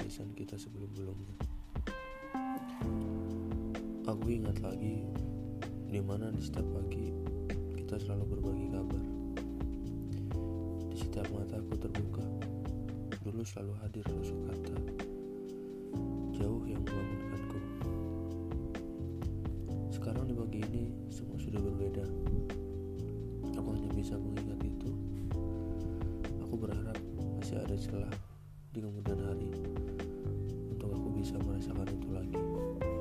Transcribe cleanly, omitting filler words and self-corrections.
kebiasaan kita sebelum-sebelumnya. Aku ingat lagi dimana di setiap pagi kita selalu berbagi kabar. Di setiap mataku terbuka, dulu selalu hadir sosok kata jauh yang membangunkanku. Sekarang di pagi ini semua sudah berbeda. Aku hanya bisa mengingat itu. Aku berharap masih ada celah di kemudian hari untuk aku bisa merasakan itu lagi.